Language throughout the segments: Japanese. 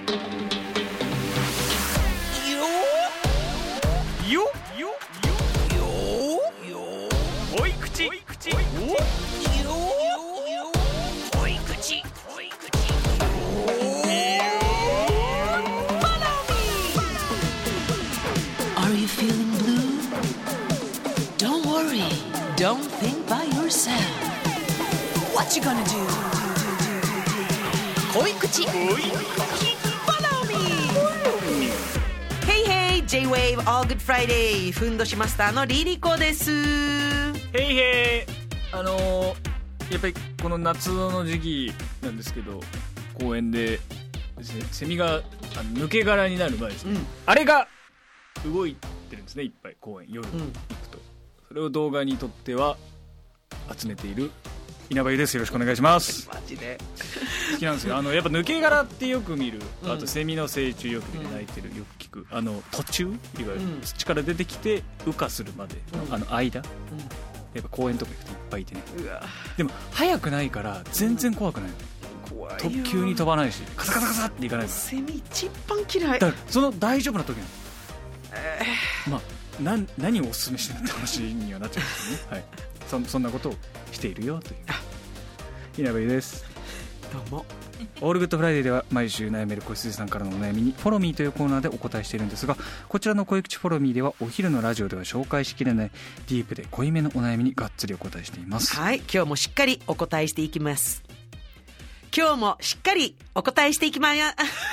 濃い口 Are you feeling blue? Don't worry. Don't think by yourself. What you gonna do? 濃い口 Follow me. Hey hey, J-Wave All Good Friday. ふんどしマスターのリリコです。 へいへい。やっぱりこの夏の時期なんですけど、公園でセミが抜け殻になる前ですね、あれが動いてるんですね、いっぱい公園夜行くと、それを動画に撮っては集めている稲葉優です。よろしくお願いします。 マジで好きなんですよ。やっぱ抜け殻ってよく見る、あとセミの成虫よく見て鳴いてる、よく聞く途中いわゆる土から出てきて羽化するまでの間、やっぱ公園とか行くといっぱいいてね。でも速くないから全然怖くないの、 怖いよ。 特急に飛ばないしカサカサカサっていかないから。 セミ一番嫌いだからその大丈夫な時なの、まあ何をおすすめしてるって話にはなっちゃうんですけどね、はい、そんなことをしているよという稲葉優です。 どうも。 オールグッドフライデーでは毎週悩める子羊さんからのお悩みにフォローミーというコーナーでお答えしているんですが、こちらの恋口フォローミーではお昼のラジオでは紹介しきれないディープで濃いめのお悩みにがっつりお答えしています。 はい、今日もしっかりお答えしていきます。今日もしっかりお答えしていきます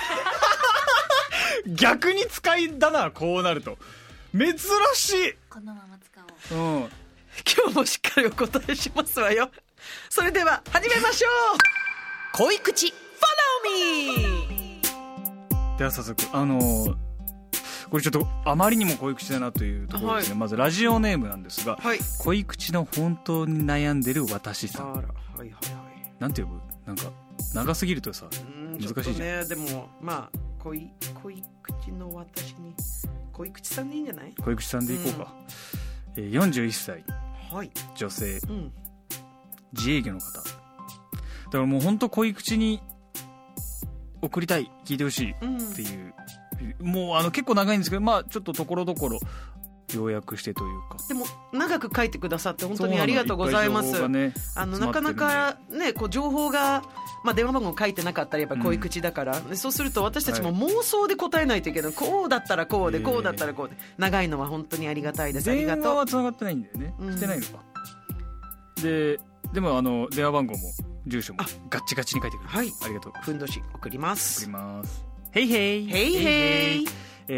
逆に使いだな、こうなると珍しい。 このまま使おう。 今日もしっかりお答えしますわよ。それでは始めましょう。恋口フォローミー。 では早速これちょっとあまりにも濃い口だなというところですね、まずラジオネームなんですが、濃い口の本当に悩んでる私さん。なんて呼ぶ？なんか長すぎるとさ難しいじゃん。 でもまあ濃い口の私に濃い口さんでいいんじゃない？ 濃い口さんでいこうか。41歳、女性、自営業の方だからもう本当濃い口に送りたい、聞いてほしいっていう、もう結構長いんですけど、まあちょっとところどころ要約してというか。 でも長く書いてくださって本当にありがとうございます。なかなかねこう情報が、電話番号書いてなかったらやっぱり濃い口だから、そうすると私たちも妄想で答えないといけない、こうだったらこうで、こうだったらこうで、長いのは本当にありがたいです。ありがとう。 電話は繋がってないんだよね、してないのか。でも電話番号も住所もガッチガチに書いてくる。ありがとう。 ふんどし送ります。 ヘイヘイヘイヘイ。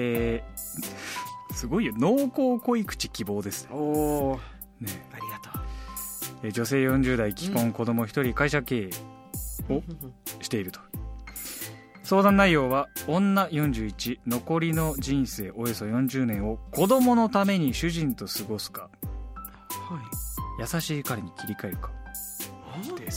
すごいよ、濃厚濃い口希望ですね。 おー、 ね、 ありがとう。女性40代、既婚、子供1人、会社経営をしていると。相談内容は女41、残りの人生およそ40年を子供のために主人と過ごすか、優しい彼に切り替えるかです。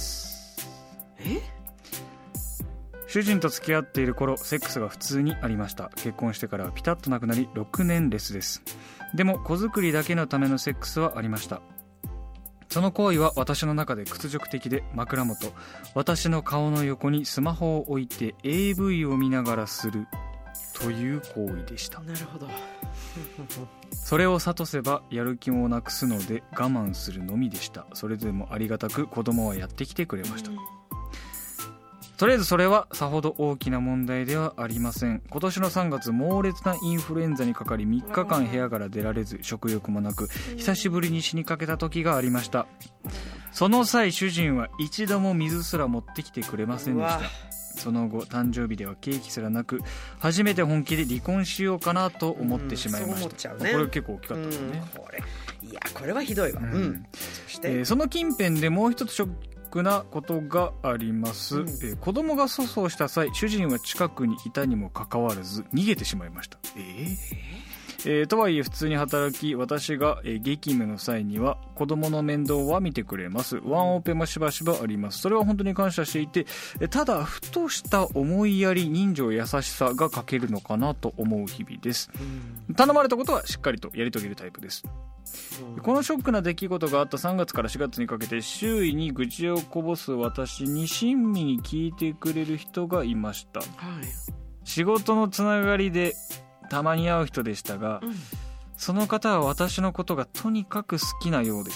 主人と付き合っている頃セックスが普通にありました。結婚してからはピタッとなくなり6年レスです。でも子作りだけのためのセックスはありました。その行為は私の中で屈辱的で、枕元、私の顔の横にスマホを置いて AV を見ながらするという行為でした。 なるほど。 それを諭せばやる気もなくすので我慢するのみでした。それでもありがたく子供はやってきてくれました。とりあえずそれはさほど大きな問題ではありません。今年の3月、猛烈なインフルエンザにかかり3日間部屋から出られず、食欲もなく久しぶりに死にかけた時がありました。その際主人は一度も水すら持ってきてくれませんでした。その後誕生日ではケーキすらなく、初めて本気で離婚しようかなと思ってしまいました。これ結構大きかったですね。 これはひどいわ。 そして、その近辺でもう一つショックなことがあります。子供が粗相した際、主人は近くにいたにもかかわらず逃げてしまいました。とはいえ普通に働き、私が激務の際には子供の面倒は見てくれます。ワンオペもしばしばあります。それは本当に感謝していて、ただふとした思いやり、人情、優しさが欠けるのかなと思う日々です。頼まれたことはしっかりとやり遂げるタイプです。このショックな出来事があった3月から4月にかけて、周囲に愚痴をこぼす私に親身に聞いてくれる人がいました。 仕事のつながりでたまに会う人でしたが、その方は私のことがとにかく好きなようでした。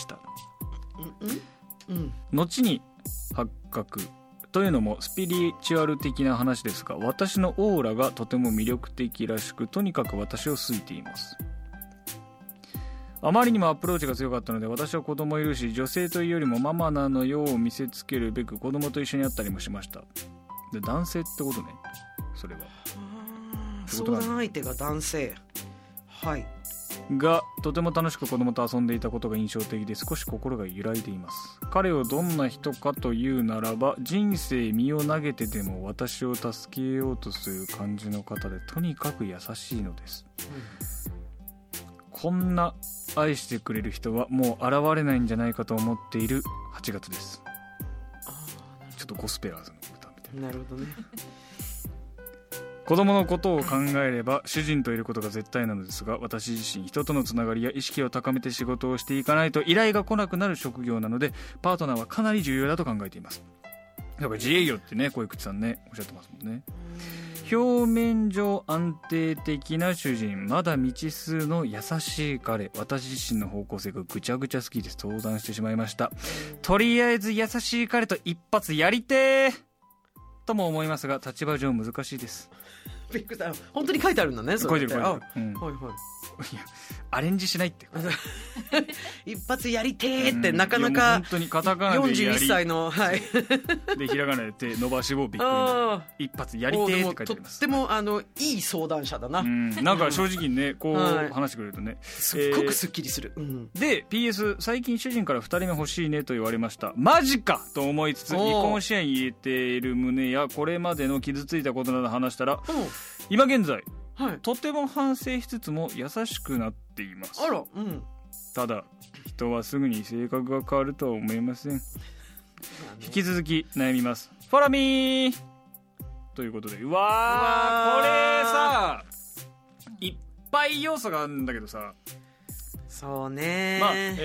後に発覚というのもスピリチュアル的な話ですが、私のオーラがとても魅力的らしく、とにかく私を好いています。あまりにもアプローチが強かったので、私は子供いるし、女性というよりもママなのよう見せつけるべく子供と一緒に会ったりもしました。で、男性ってことね、それは。 相談相手が男性、はい、 がとても楽しく子供と遊んでいたことが印象的で、少し心が揺らいでいます。彼をどんな人かというならば、人生身を投げてでも私を助けようとする感じの方で、とにかく優しいのです、こんな愛してくれる人はもう現れないんじゃないかと思っている8月です。ちょっとゴスペラーズの歌みたいな。 なるほどね。 子供のことを考えれば主人といることが絶対なのですが、私自身人とのつながりや意識を高めて仕事をしていかないと依頼が来なくなる職業なので、パートナーはかなり重要だと考えています。やっぱり自営業ってね、小池さんねおっしゃってますもんね。表面上安定的な主人、まだ未知数の優しい彼、私自身の方向性がぐちゃぐちゃ好きです。相談してしまいました。とりあえず優しい彼と一発やりてーとも思いますが、立場上難しいです。 びっくりした。本当に書いてあるんだね。 書いてる書いてる、 はいはい。 いやアレンジしないって一発やりてーって、なかなか本当にカタカナでやり 41歳の、はい、 でひらがなで手伸ばし棒びっくり、一発やりてーって書いてあります。 とってもいい相談者だな。 なんか正直ねこう話してくれるとね、 すっごくすっきりする。 で PS 最近主人から2人目欲しいねと言われました。マジかと思いつつ離婚視野に入れている旨やこれまでの傷ついたことなど話したら、今現在とても反省しつつも優しくなっています。 あら、 ただ人はすぐに性格が変わるとは思いません。引き続き悩みます。フォローミーということで、うわーこれさいっぱい要素があるんだけどさ、 そうね、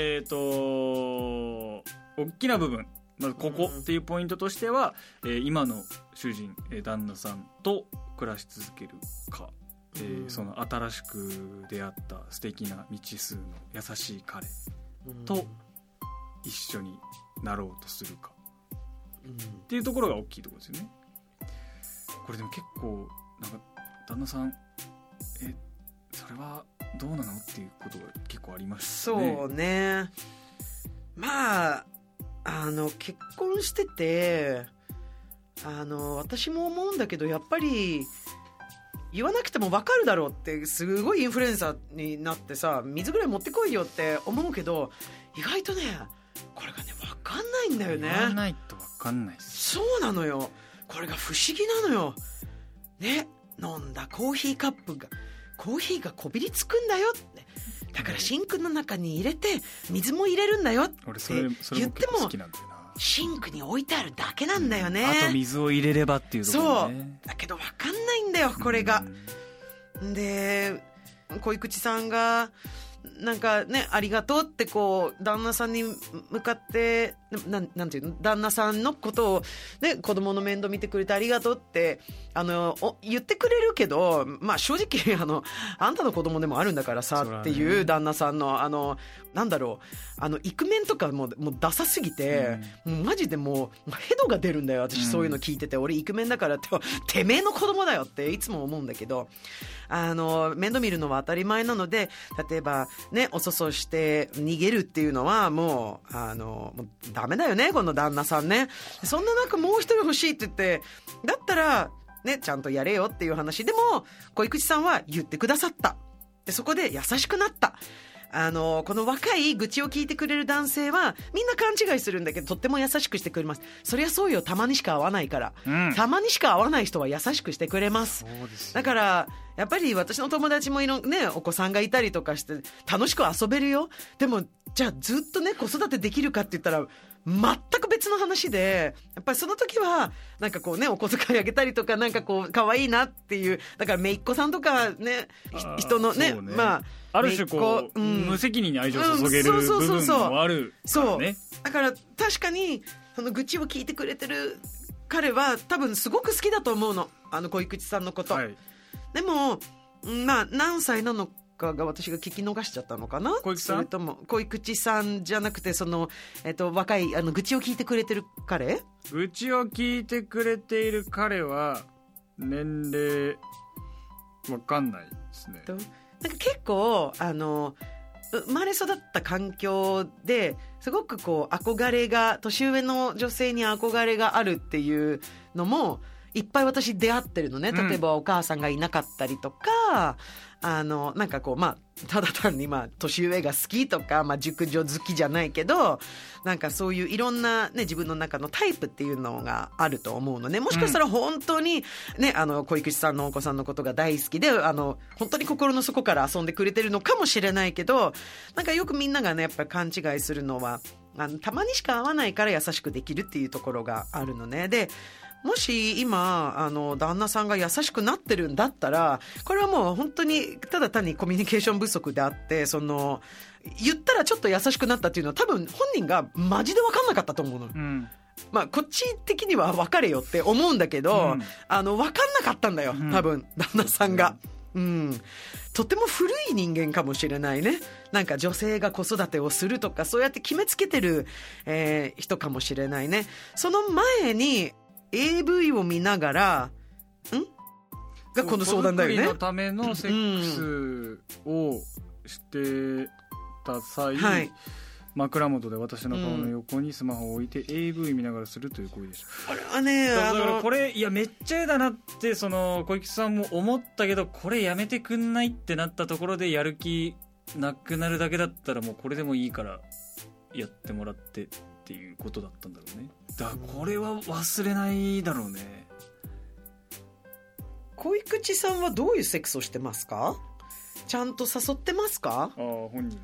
大きな部分、まずここっていうポイントとしては、今の主人、旦那さんと暮らし続けるか、その新しく出会った素敵な未知数の優しい彼と一緒になろうとするか、っていうところが大きいところですよね。これでも結構なんか旦那さんそれはどうなのっていうことが結構ありましたね。 そうね、まあ結婚してて私も思うんだけど、やっぱり言わなくても分かるだろうって、すごいインフルエンサーになってさ、水ぐらい持ってこいよって思うけど、意外とねこれがね分かんないんだよね。 言わないと分かんないっす。 そうなのよ、これが不思議なのよね。飲んだコーヒーカップがコーヒーがこびりつくんだよって、だからシンクの中に入れて水も入れるんだよって言ってもシンクに置いてあるだけなんだよね。 あと水を入れればっていうところね。 そうだけど分かんないんだよこれが。で小池さんがなんかね、ありがとうってこう旦那さんに向かってなんていうの、旦那さんのことをね、子供の面倒見てくれてありがとうって言ってくれるけど、まあ正直あんたの子供でもあるんだからさっていう旦那さんのなんだろう、イクメンとかもうダサすぎて、もうマジでもうヘドが出るんだよ私、そういうの聞いてて。俺イクメンだからっててめえの子供だよっていつも思うんだけど、面倒見るのは当たり前なので、例えばね、おそそして逃げるっていうのはもうもうダメだよねこの旦那さんね。そんな中もう一人欲しいって言って、だったらねちゃんとやれよっていう話でも小池さんは言ってくださった。でそこで優しくなった。この若い愚痴を聞いてくれる男性はみんな勘違いするんだけど、とっても優しくしてくれます。そりゃそうよ、たまにしか会わないから、たまにしか会わない人は優しくしてくれます。 そうですよ。 だからやっぱり私の友達もね、お子さんがいたりとかして楽しく遊べるよ。でもじゃあずっとね子育てできるかって言ったら全く別の話で、やっぱりその時はなんかこうね、お小遣いあげたりとか、なんかこう可愛いなっていう、だから姪っ子さんとかね、人の ね、まあある種こう、無責任に愛情を注げる部分もあるからね。 だから確かにその愚痴を聞いてくれてる彼は多分すごく好きだと思うの、小池さんのこと、はい、でもまあ何歳なのかが私が聞き逃しちゃったのかな。 小池さん、 それとも小池さんじゃなくて若い愚痴を聞いてくれてる彼、 愚痴を聞いてくれている彼は年齢わかんないですね。 なんか結構生まれ育った環境ですごくこう憧れが、年上の女性に憧れがあるっていうのもいっぱい私出会ってるのね。例えばお母さんがいなかったりとか、なんかこうただ単に年上が好きとか、熟女好きじゃないけど、なんかそういういろんなね自分の中のタイプっていうのがあると思うのね。もしかしたら本当にね小池さんのお子さんのことが大好きで本当に心の底から遊んでくれてるのかもしれないけど、なんかよくみんながねやっぱり勘違いするのはたまにしか会わないから優しくできるっていうところがあるのね。でもし今旦那さんが優しくなってるんだったら、これはもう本当にただ単にコミュニケーション不足であって、言ったらちょっと優しくなったっていうのは多分本人がマジで分かんなかったと思うの、こっち的には別れよって思うんだけど、分かんなかったんだよ多分、旦那さんが。とても古い人間かもしれないね。なんか女性が子育てをするとかそうやって決めつけてる、人かもしれないね。その前にAV を見ながらがこの相談だよね。 子作りのためのセックスをしてた際、はい、枕元で私の顔の横にスマホを置いて AV 見ながらするという行為でした。 これはね、 だからこれめっちゃ嫌だなって小池さんも思ったけど、これやめてくんないってなったところでやる気なくなるだけだったらもうこれでもいいからやってもらってっていうことだったんだろうね。だからこれは忘れないだろうね。 小池さんはどういうセックスをしてますか？ちゃんと誘ってますか？ 本人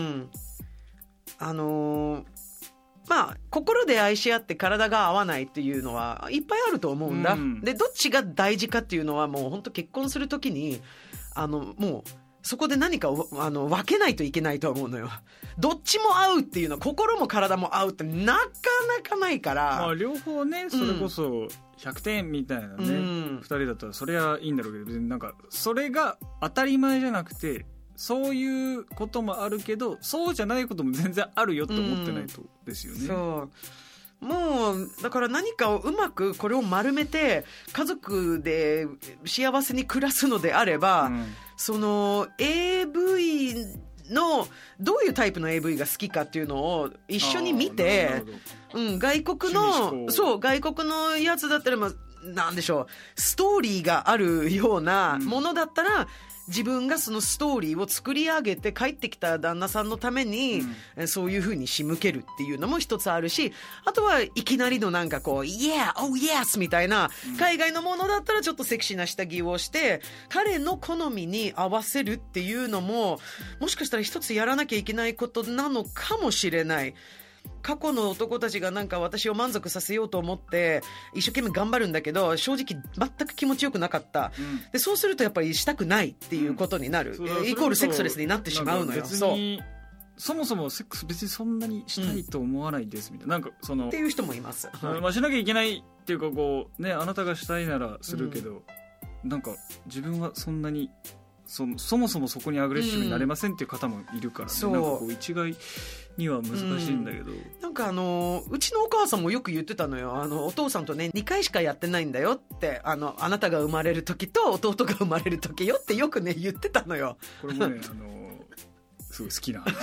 も心で愛し合って体が合わないっていうのはいっぱいあると思うんだ、でどっちが大事かっていうのはもう本当結婚するときにもうそこで何かを分けないといけないと思うのよ。どっちも合うっていうのは、心も体も合うってなかなかないから、 両方ね、それこそ100点みたいなね、2人だったらそれはいいんだろうけど、別になんかそれが当たり前じゃなくて、そういうこともあるけどそうじゃないことも全然あるよって思ってないとですよね。 そうもうだから何かをうまくこれを丸めて家族で幸せに暮らすのであれば、AV のどういうタイプの AV が好きかっていうのを一緒に見て、外国のやつだったらなんでしょう、ストーリーがあるようなものだったら、自分がそのストーリーを作り上げて帰ってきた旦那さんのために、そういう風に仕向けるっていうのも一つあるし、あとはいきなりのなんかこう Yeah, oh yes みたいな海外のものだったらちょっとセクシーな下着をして彼の好みに合わせるっていうのももしかしたら一つやらなきゃいけないことなのかもしれない。過去の男たちがなんか私を満足させようと思って一生懸命頑張るんだけど正直全く気持ちよくなかった、でそうするとやっぱりしたくないっていうことになる、イコールセックスレスになってしまうのよ。 そもそもセックス別にそんなにしたいと思わないですみたいな、なんかっていう人もいます、 しなきゃいけないっていうかこうね、あなたがしたいならするけど、なんか自分はそんなにそもそもそこにアグレッシブになれませんっていう方もいるからね、なんかこう一概には難しいんだけど、 なんかうちのお母さんもよく言ってたのよ。お父さんとね2回しかやってないんだよって、あなたが生まれる時と弟が生まれる時よってよくね言ってたのよ。 これもねすごい好きな話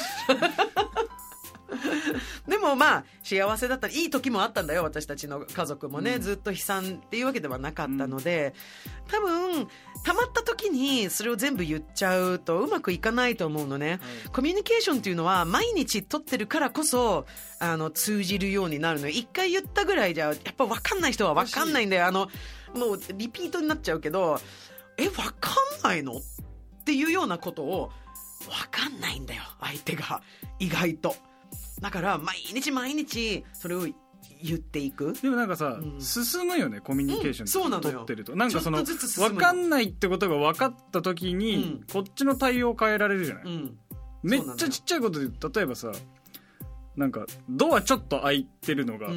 でも幸せだったらいい時もあったんだよ。私たちの家族もね、ずっと悲惨っていうわけではなかったので、多分たまった時にそれを全部言っちゃうとうまくいかないと思うのね、コミュニケーションっていうのは毎日取ってるからこそ通じるようになるのよ。一回言ったぐらいじゃやっぱ分かんない人は分かんないんだよ。もうリピートになっちゃうけど、分かんないのっていうようなことを分かんないんだよ相手が、意外と。だから毎日それを言っていく。 でもなんかさ、進むよねコミュニケーションそうなのよ。 取ってるとなんか分かんないってことが分かった時に、こっちの対応を変えられるじゃない、めっちゃちっちゃいことで例えばさ、なんかドアちょっと開いてるのが、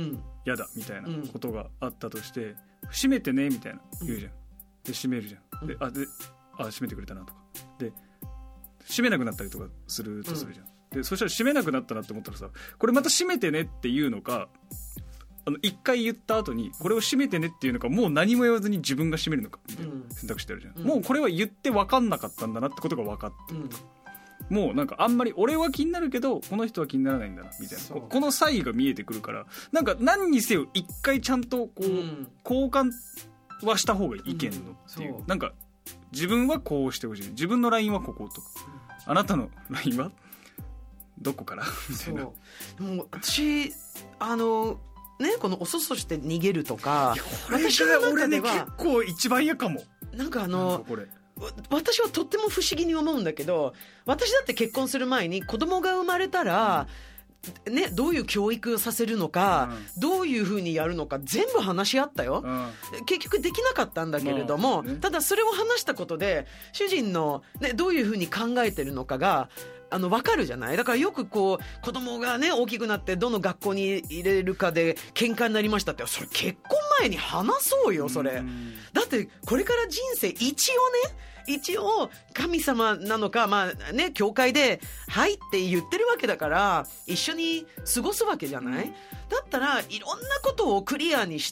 嫌だみたいなことがあったとして、閉めてねみたいな言うじゃん。で閉めるじゃん。で閉めてくれたなとかで閉めなくなったりとかするとするじゃん。でそしたら閉めなくなったなって思ったらさ、これまた閉めてねっていうのか、一回言った後にこれを閉めてねっていうのか、もう何も言わずに自分が閉めるのかみたいな選択肢ってあるじゃん。もうこれは言って分かんなかったんだなってことが分かってるとか、もうなんかあんまり俺は気になるけどこの人は気にならないんだなみたいな、この差異が見えてくるから、なんか何にせよ一回ちゃんとこう、交換はした方がいいけんのっていう、なんか自分はこうしてほしい、自分の LINE はこことか、あなたの LINE はどこからみたいな。 でも私ね、このおそそして逃げるとか、 私の中では結構一番嫌かも。 なんかこれ私はとっても不思議に思うんだけど、私だって結婚する前に子供が生まれたら、ね、どういう教育をさせるのか、どういうふうにやるのか全部話し合ったよ、結局できなかったんだけれども、ただそれを話したことで主人の、ね、どういうふうに考えてるのかが分かるじゃない。だからよくこう子供がね大きくなってどの学校に入れるかで喧嘩になりましたって、それ結婚前に話そうよそれ。だってこれから人生一応神様なのか、まあね、教会ではいって言ってるわけだから一緒に過ごすわけじゃない。だったらいろんなことをクリアにして、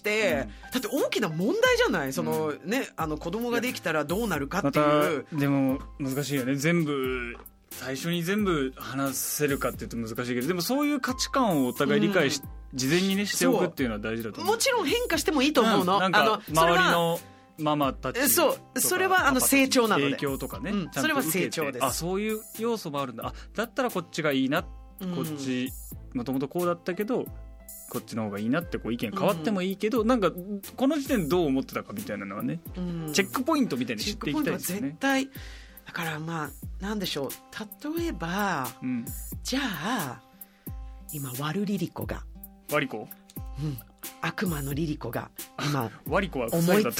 だって大きな問題じゃない。そのね、子供ができたらどうなるかっていう、 またでも難しいよね。最初に全部話せるかっていうと難しいけど、でもそういう価値観をお互い理解し、事前にねしておくっていうのは大事だと思う。 もちろん変化してもいいと思うの、 なんか周りのママたちとか、 それは成長なので、 影響とかね、ちゃんと受けて、 それは成長です。 そういう要素もあるんだ、だったらこっちがいいな、こっちもともとこうだったけどこっちの方がいいなってこう意見変わってもいいけど、なんかこの時点でどう思ってたかみたいなのはね、チェックポイントみたいに知っていきたいですよね。 絶対だからまあなんでしょう、例えば、じゃあ今ワルリリコがワリコ、 悪魔のリリコが今ワリコは2人だった、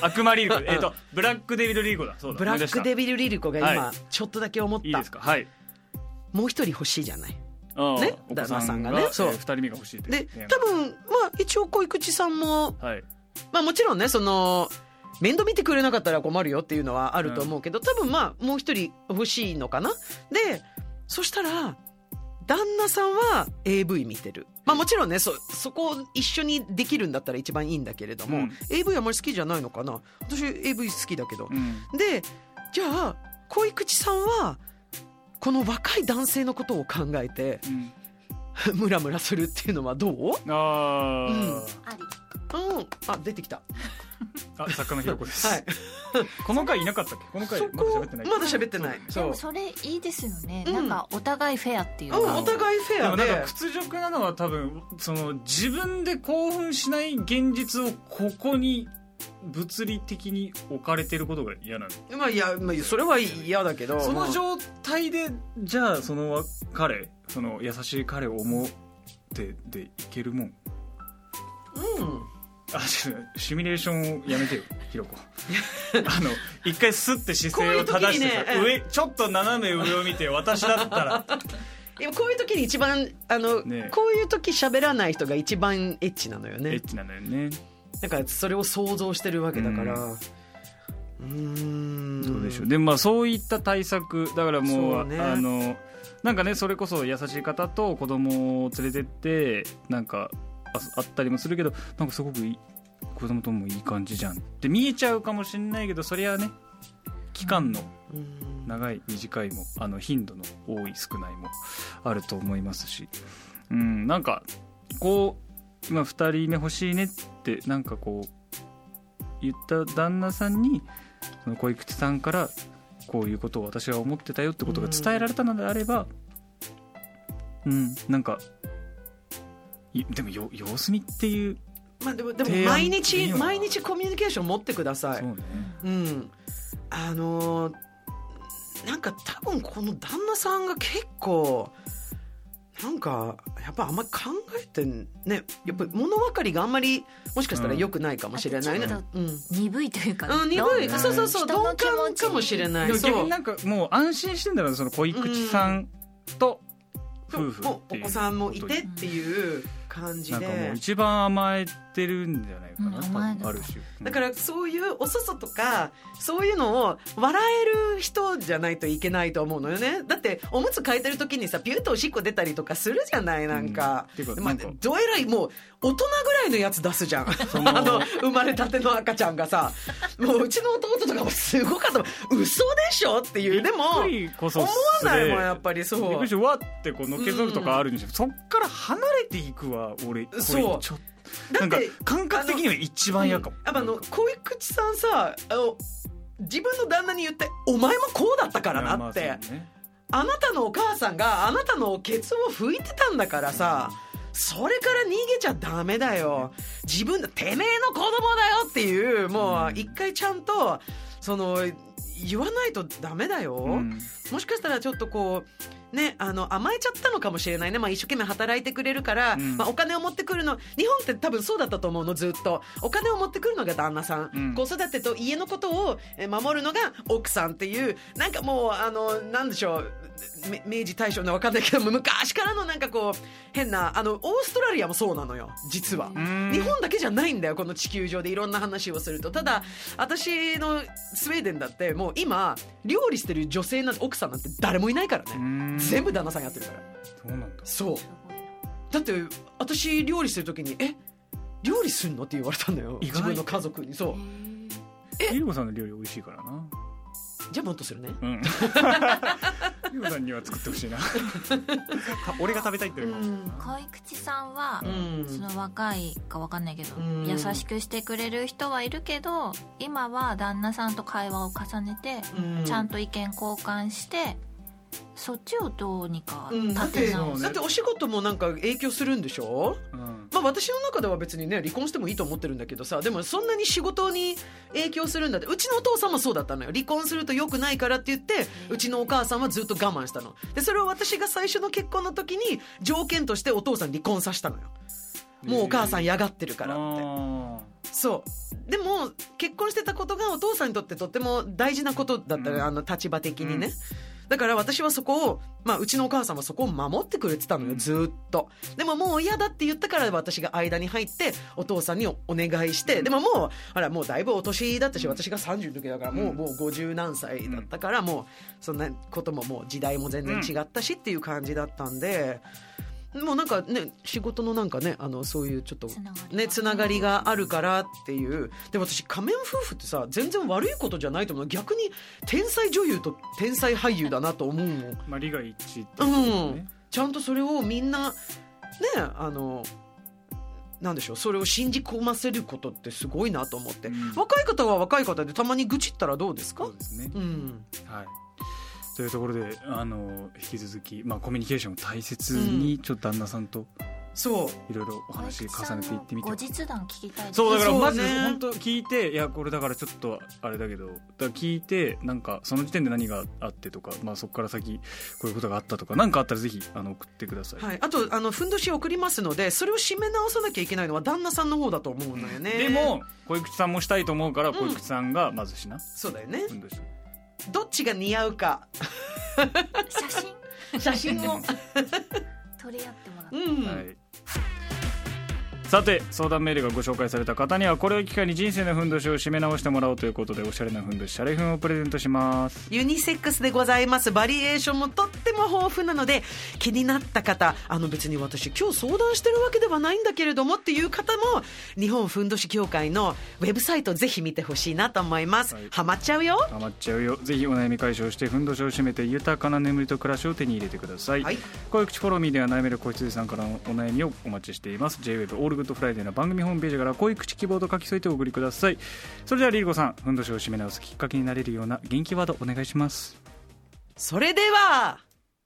悪魔リリコ、ブラックデビルリリコだ、そうだ、 ブラックデビルリリコが今ちょっとだけ思った、 いいですか、はい、 もう一人欲しいじゃない、 ね、 旦那さんがね、 そう2人目が欲しいで、多分まあ一応小口さんも、まあもちろんね、その面倒見てくれなかったら困るよっていうのはあると思うけど、多分まあもう一人欲しいのかな。でそしたら旦那さんは AV 見てる、まあもちろんね、そこを一緒にできるんだったら一番いいんだけれども、AV あんまり好きじゃないのかな。私 AV 好きだけど、でじゃあ恋口さんはこの若い男性のことを考えて、ムラムラするっていうのはどう？ あり。 出てきた。 作家のひろこです、 はい、 この回いなかったっけ？この回まだ喋ってない。 まだ喋ってない。 でもそれいいですよね、なんかお互いフェアっていうか、 お互いフェアで、 なんか屈辱なのは多分その自分で興奮しない現実をここに物理的に置かれてることが嫌なの。 まあそれは嫌だけど、 その状態でじゃあその優しい彼を思ってでいけるもん。シミュレーションをやめてよひろこ一回スッて姿勢を正してさ、ちょっと斜め上を見て、私だったらでもこういう時に一番こういう時喋らない人が一番エッチなのよね。 エッチなのよね。 だからそれを想像してるわけだから、どうでしょう。でもまあそういった対策だからもう、なんかね、それこそ優しい方と子供を連れてってなんかあったりもするけど、なんかすごく子供ともいい感じじゃんって見えちゃうかもしれないけど、それはね期間の長い短いも頻度の多い少ないもあると思いますし、なんかこう今2人目欲しいねってなんかこう言った旦那さんにその恋口さんからこういうことを私は思ってたよってことが伝えられたのであれば、なんかでも様子見っていう、 まあ、でも毎日コミュニケーション持ってください。 そうね、 なんか多分この旦那さんが結構なんかやっぱあんまり考えてね、やっぱ物分かりがあんまりもしかしたら良くないかもしれないね。 鈍いというか、 鈍い、そう鈍感かもしれない。 逆になんかもう安心してんだろう、その恋口さんと夫婦っていうお子さんもいてっていう感じで、 なんかもう一番甘えてるんじゃないかな、多分ある種、 だからそういうおそそとかそういうのを笑える人じゃないといけないと思うのよね。だっておむつ替えてる時にさピュッとおしっこ出たりとかするじゃない、なんか、どえらいもう大人ぐらいのやつ出すじゃん生まれたての赤ちゃんがさ、もううちの弟とかもすごかった、嘘でしょっていう、でも思わないもんやっぱり。そうびっくりしてわってこうのけぞるとかあるんですよ、そっから離れていくわ俺。 そうちょっとなんか感覚的には一番嫌かも。 やっぱ恋口さんさ、自分の旦那に言って、お前もこうだったからなって、あなたのお母さんがあなたのケツを拭いてたんだからさ、それから逃げちゃダメだよ、自分でてめえの子供だよっていう、もう一回ちゃんと言わないとダメだよ、もしかしたらちょっとこうね、甘えちゃったのかもしれないね、一生懸命働いてくれるから、お金を持ってくるの、日本って多分そうだったと思うの、ずっとお金を持ってくるのが旦那さん、子育てと家のことを守るのが奥さんっていう、なんかもうなんでしょう、明治大正の分かんないけど昔からのなんかこう変なオーストラリアもそうなのよ実は。日本だけじゃないんだよ、この地球上でいろんな話をすると。ただ私のスウェーデンだってもう今料理してる女性なんて奥さんなんて誰もいないからね、全部旦那さんやってるから。 そうなんだ。 そうだって私料理してる時に料理すんのって言われたんだよ、自分の家族に。そうゆりこさんの料理美味しいからな。 じゃあもっとするね。 ゆりこさんには作ってほしいな俺が食べたいって言う恋口さんは、その若いか分かんないけど、優しくしてくれる人はいるけど、今は旦那さんと会話を重ねて、ちゃんと意見交換してそっちをどうにか立て直す。 だってお仕事もなんか影響するんでしょ、私の中では別にね離婚してもいいと思ってるんだけどさ、でもそんなに仕事に影響するんだって。うちのお父さんもそうだったのよ。離婚すると良くないからって言って、うちのお母さんはずっと我慢したので、それを私が最初の結婚の時に条件としてお父さん離婚させたのよ。もうお母さん嫌がってるからって。そうでも結婚してたことがお父さんにとってとっても大事なことだったの、立場的にね、だから私はそこを、うちのお母さんはそこを守ってくれてたのよ、ずっと。でももう嫌だって言ったから私が間に入ってお父さんにお願いして、でももうもうだいぶお年だったし、私が30の時だからもう50何歳だったから、もうそんなことももう時代も全然違ったしっていう感じだったんで、もうなんかね、仕事のなんかね、そういうちょっとねつながりがあるからっていう。で私仮面夫婦ってさ全然悪いことじゃないと思う。逆に天才女優と天才俳優だなと思うもん。 利が一致ってね、 ちゃんとそれをみんなね、なんでしょう、それを信じ込ませることってすごいなと思って、若い方は若い方でたまに愚痴ったらどうですか。 そうですね、はい。というところで引き続き、コミュニケーションを大切にちょっと旦那さんといろいろお話重ねていってみて、 後日談聞きたいです。 そうだからまず本当聞いて、いやこれだからちょっとあれだけど、だから聞いてなんかその時点で何があってとか、そこから先こういうことがあったとか何かあったらぜひ送ってください。 あとふんどし送りますので、それを締め直さなきゃいけないのは旦那さんの方だと思うのよね。 でも恋口さんもしたいと思うから恋口さんがまずしな。 そうだよね。 ふんどしどっちが似合うか写真を取り合ってもらって、 はい。さて相談メールがご紹介された方にはこれを機会に人生のふんどしを締め直してもらおうということで、おしゃれなふんどしシャレふんをプレゼントします。 ユニセックスでございます。バリエーションもとっても豊富なので、気になった方、別に私今日相談してるわけではないんだけれどもっていう方も、日本ふんどし協会のウェブサイトぜひ見てほしいなと思います。ハマっちゃうよ。 ハマっちゃうよ。ぜひお悩み解消してふんどしを締めて豊かな眠りと暮らしを手に入れてください。恋口フォローミーでは悩める子羊さんからのお悩みをお待ちしています。 J-WEB オールグッドフライデーの番組ホームページから恋口希望と書き添えてお送りください。それではリリコさん、ふんどしを締め直すきっかけになれるような元気ワードお願いします。 それでは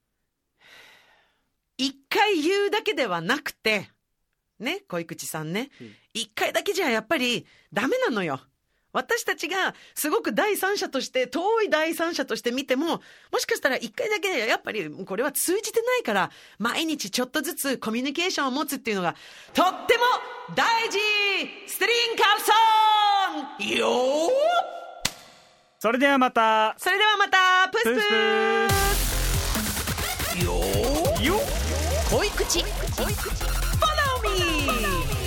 一回言うだけではなくてね、恋口さんね、一回だけじゃやっぱりダメなのよ。私たちがすごく第三者として、遠い第三者として見ても、もしかしたら一回だけでやっぱりこれは通じてないから、毎日ちょっとずつコミュニケーションを持つっていうのがとっても大事。ストリンカーソンよー。 それではまたプスプーよーよ恋口フォローみ